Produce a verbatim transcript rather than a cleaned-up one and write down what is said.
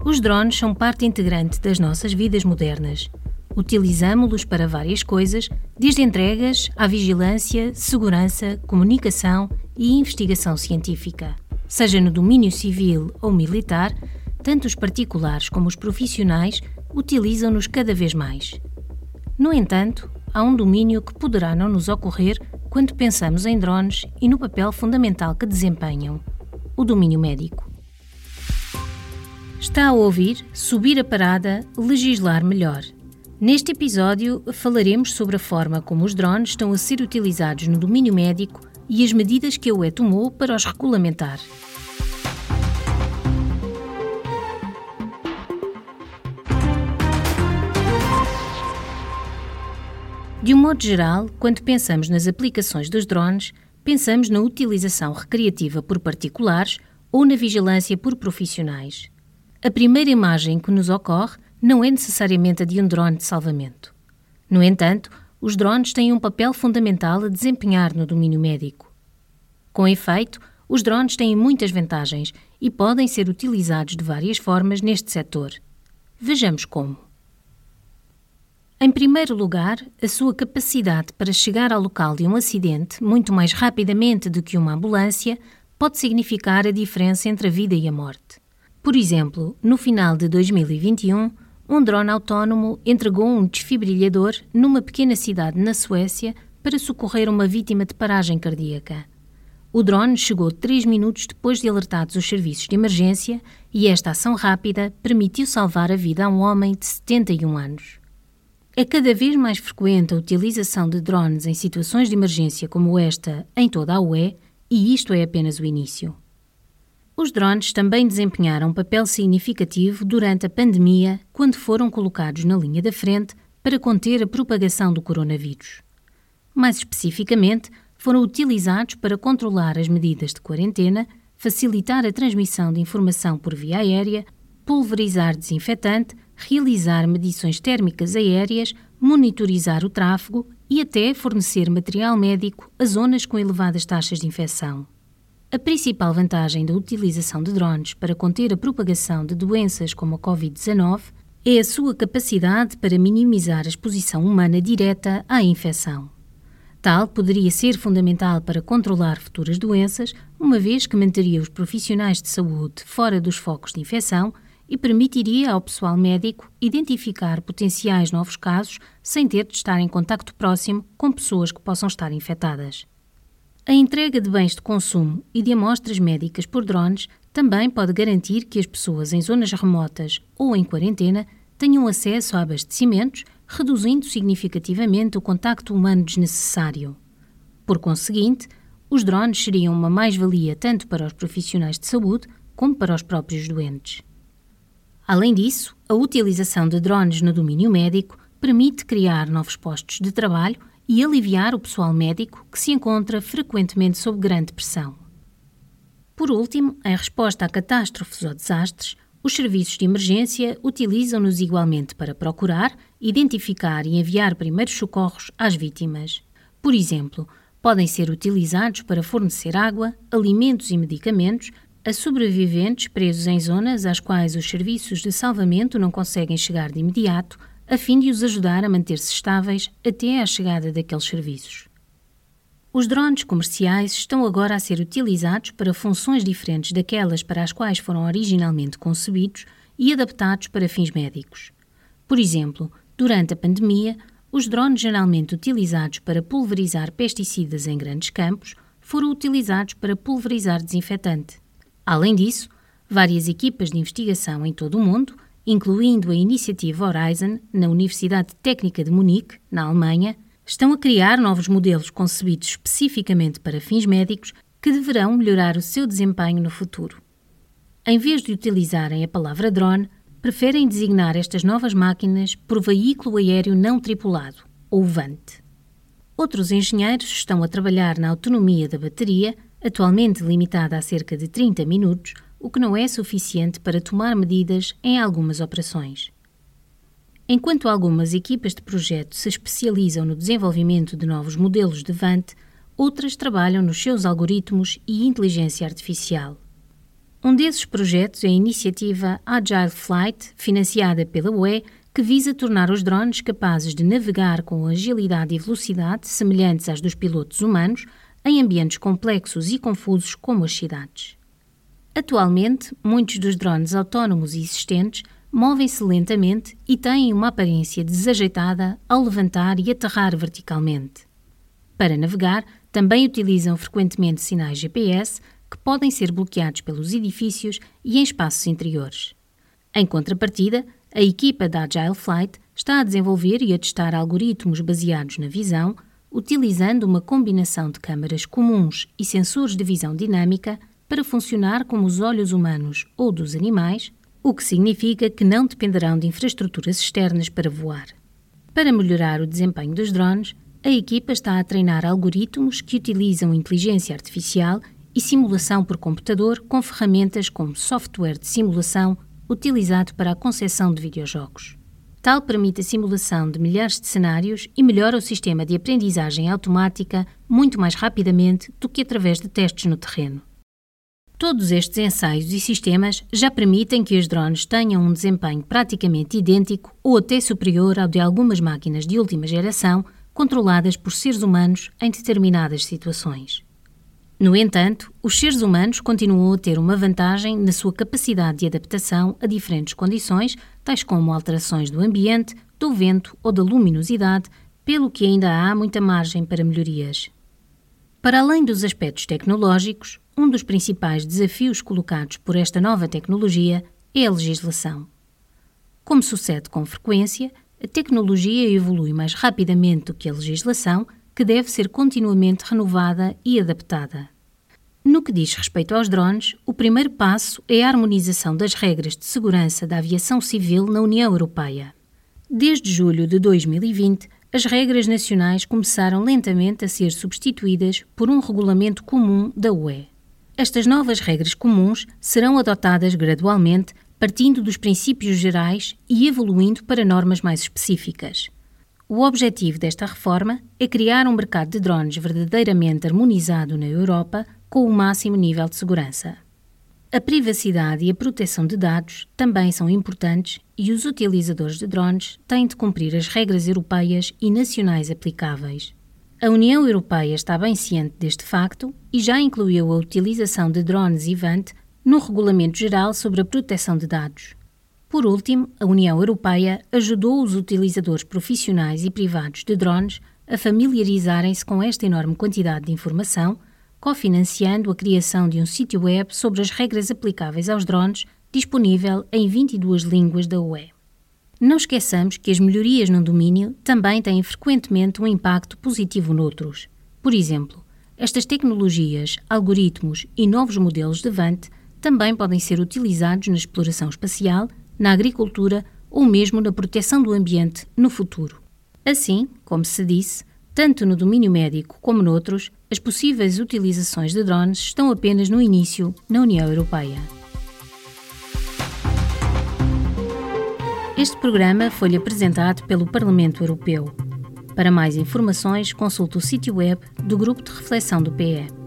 Os drones são parte integrante das nossas vidas modernas. Utilizamo-los para várias coisas, desde entregas à vigilância, segurança, comunicação e investigação científica. Seja no domínio civil ou militar, tanto os particulares como os profissionais utilizam-nos cada vez mais. No entanto, há um domínio que poderá não nos ocorrer quando pensamos em drones e no papel fundamental que desempenham: o domínio médico. Está a ouvir Subir a Parada, Legislar Melhor. Neste episódio, falaremos sobre a forma como os drones estão a ser utilizados no domínio médico e as medidas que a U E tomou para os regulamentar. De um modo geral, quando pensamos nas aplicações dos drones, pensamos na utilização recreativa por particulares ou na vigilância por profissionais. A primeira imagem que nos ocorre não é necessariamente a de um drone de salvamento. No entanto, os drones têm um papel fundamental a desempenhar no domínio médico. Com efeito, os drones têm muitas vantagens e podem ser utilizados de várias formas neste setor. Vejamos como. Em primeiro lugar, a sua capacidade para chegar ao local de um acidente muito mais rapidamente do que uma ambulância pode significar a diferença entre a vida e a morte. Por exemplo, no final de dois mil e vinte e um, um drone autónomo entregou um desfibrilhador numa pequena cidade na Suécia para socorrer uma vítima de paragem cardíaca. O drone chegou três minutos depois de alertados os serviços de emergência e esta ação rápida permitiu salvar a vida a um homem de setenta e um anos. É cada vez mais frequente a utilização de drones em situações de emergência como esta em toda a U E, e isto é apenas o início. Os drones também desempenharam um papel significativo durante a pandemia, quando foram colocados na linha da frente para conter a propagação do coronavírus. Mais especificamente, foram utilizados para controlar as medidas de quarentena, facilitar a transmissão de informação por via aérea, pulverizar desinfetante, realizar medições térmicas aéreas, monitorizar o tráfego e até fornecer material médico a zonas com elevadas taxas de infecção. A principal vantagem da utilização de drones para conter a propagação de doenças como a covid dezanove é a sua capacidade para minimizar a exposição humana direta à infecção. Tal poderia ser fundamental para controlar futuras doenças, uma vez que manteria os profissionais de saúde fora dos focos de infecção e permitiria ao pessoal médico identificar potenciais novos casos sem ter de estar em contacto próximo com pessoas que possam estar infectadas. A entrega de bens de consumo e de amostras médicas por drones também pode garantir que as pessoas em zonas remotas ou em quarentena tenham acesso a abastecimentos, reduzindo significativamente o contacto humano desnecessário. Por conseguinte, os drones seriam uma mais-valia tanto para os profissionais de saúde como para os próprios doentes. Além disso, a utilização de drones no domínio médico permite criar novos postos de trabalho e aliviar o pessoal médico que se encontra frequentemente sob grande pressão. Por último, em resposta a catástrofes ou desastres, os serviços de emergência utilizam-nos igualmente para procurar, identificar e enviar primeiros socorros às vítimas. Por exemplo, podem ser utilizados para fornecer água, alimentos e medicamentos a sobreviventes presos em zonas às quais os serviços de salvamento não conseguem chegar de imediato, a fim de os ajudar a manter-se estáveis até à chegada daqueles serviços. Os drones comerciais estão agora a ser utilizados para funções diferentes daquelas para as quais foram originalmente concebidos e adaptados para fins médicos. Por exemplo, durante a pandemia, os drones geralmente utilizados para pulverizar pesticidas em grandes campos foram utilizados para pulverizar desinfetante. Além disso, várias equipas de investigação em todo o mundo, incluindo a iniciativa Horizon, na Universidade Técnica de Munique, na Alemanha, estão a criar novos modelos concebidos especificamente para fins médicos que deverão melhorar o seu desempenho no futuro. Em vez de utilizarem a palavra drone, preferem designar estas novas máquinas por veículo aéreo não tripulado, ou V A N T. Outros engenheiros estão a trabalhar na autonomia da bateria, atualmente limitada a cerca de trinta minutos, o que não é suficiente para tomar medidas em algumas operações. Enquanto algumas equipas de projeto se especializam no desenvolvimento de novos modelos de V A N T, outras trabalham nos seus algoritmos e inteligência artificial. Um desses projetos é a iniciativa Agile Flight, financiada pela U E, que visa tornar os drones capazes de navegar com agilidade e velocidade semelhantes às dos pilotos humanos em ambientes complexos e confusos como as cidades. Atualmente, muitos dos drones autónomos existentes movem-se lentamente e têm uma aparência desajeitada ao levantar e aterrar verticalmente. Para navegar, também utilizam frequentemente sinais G P S que podem ser bloqueados pelos edifícios e em espaços interiores. Em contrapartida, a equipa da Agile Flight está a desenvolver e a testar algoritmos baseados na visão, utilizando uma combinação de câmaras comuns e sensores de visão dinâmica para funcionar como os olhos humanos ou dos animais, o que significa que não dependerão de infraestruturas externas para voar. Para melhorar o desempenho dos drones, a equipa está a treinar algoritmos que utilizam inteligência artificial e simulação por computador com ferramentas como software de simulação utilizado para a concepção de videojogos. Tal permite a simulação de milhares de cenários e melhora o sistema de aprendizagem automática muito mais rapidamente do que através de testes no terreno. Todos estes ensaios e sistemas já permitem que os drones tenham um desempenho praticamente idêntico ou até superior ao de algumas máquinas de última geração controladas por seres humanos em determinadas situações. No entanto, os seres humanos continuam a ter uma vantagem na sua capacidade de adaptação a diferentes condições, tais como alterações do ambiente, do vento ou da luminosidade, pelo que ainda há muita margem para melhorias. Para além dos aspectos tecnológicos, um dos principais desafios colocados por esta nova tecnologia é a legislação. Como sucede com frequência, a tecnologia evolui mais rapidamente do que a legislação, que deve ser continuamente renovada e adaptada. No que diz respeito aos drones, o primeiro passo é a harmonização das regras de segurança da aviação civil na União Europeia. Desde julho de dois mil e vinte, as regras nacionais começaram lentamente a ser substituídas por um regulamento comum da U E. Estas novas regras comuns serão adotadas gradualmente, partindo dos princípios gerais e evoluindo para normas mais específicas. O objetivo desta reforma é criar um mercado de drones verdadeiramente harmonizado na Europa com o máximo nível de segurança. A privacidade e a proteção de dados também são importantes e os utilizadores de drones têm de cumprir as regras europeias e nacionais aplicáveis. A União Europeia está bem ciente deste facto e já incluiu a utilização de drones Event no Regulamento Geral sobre a Proteção de Dados. Por último, a União Europeia ajudou os utilizadores profissionais e privados de drones a familiarizarem-se com esta enorme quantidade de informação, cofinanciando a criação de um sítio web sobre as regras aplicáveis aos drones, disponível em vinte e duas línguas da U E. Não esqueçamos que as melhorias num domínio também têm frequentemente um impacto positivo noutros. Por exemplo, estas tecnologias, algoritmos e novos modelos de V A N T também podem ser utilizados na exploração espacial, na agricultura ou mesmo na proteção do ambiente no futuro. Assim, como se disse, tanto no domínio médico como noutros, as possíveis utilizações de drones estão apenas no início na União Europeia. Este programa foi-lhe apresentado pelo Parlamento Europeu. Para mais informações, consulte o sítio web do Grupo de Reflexão do P E.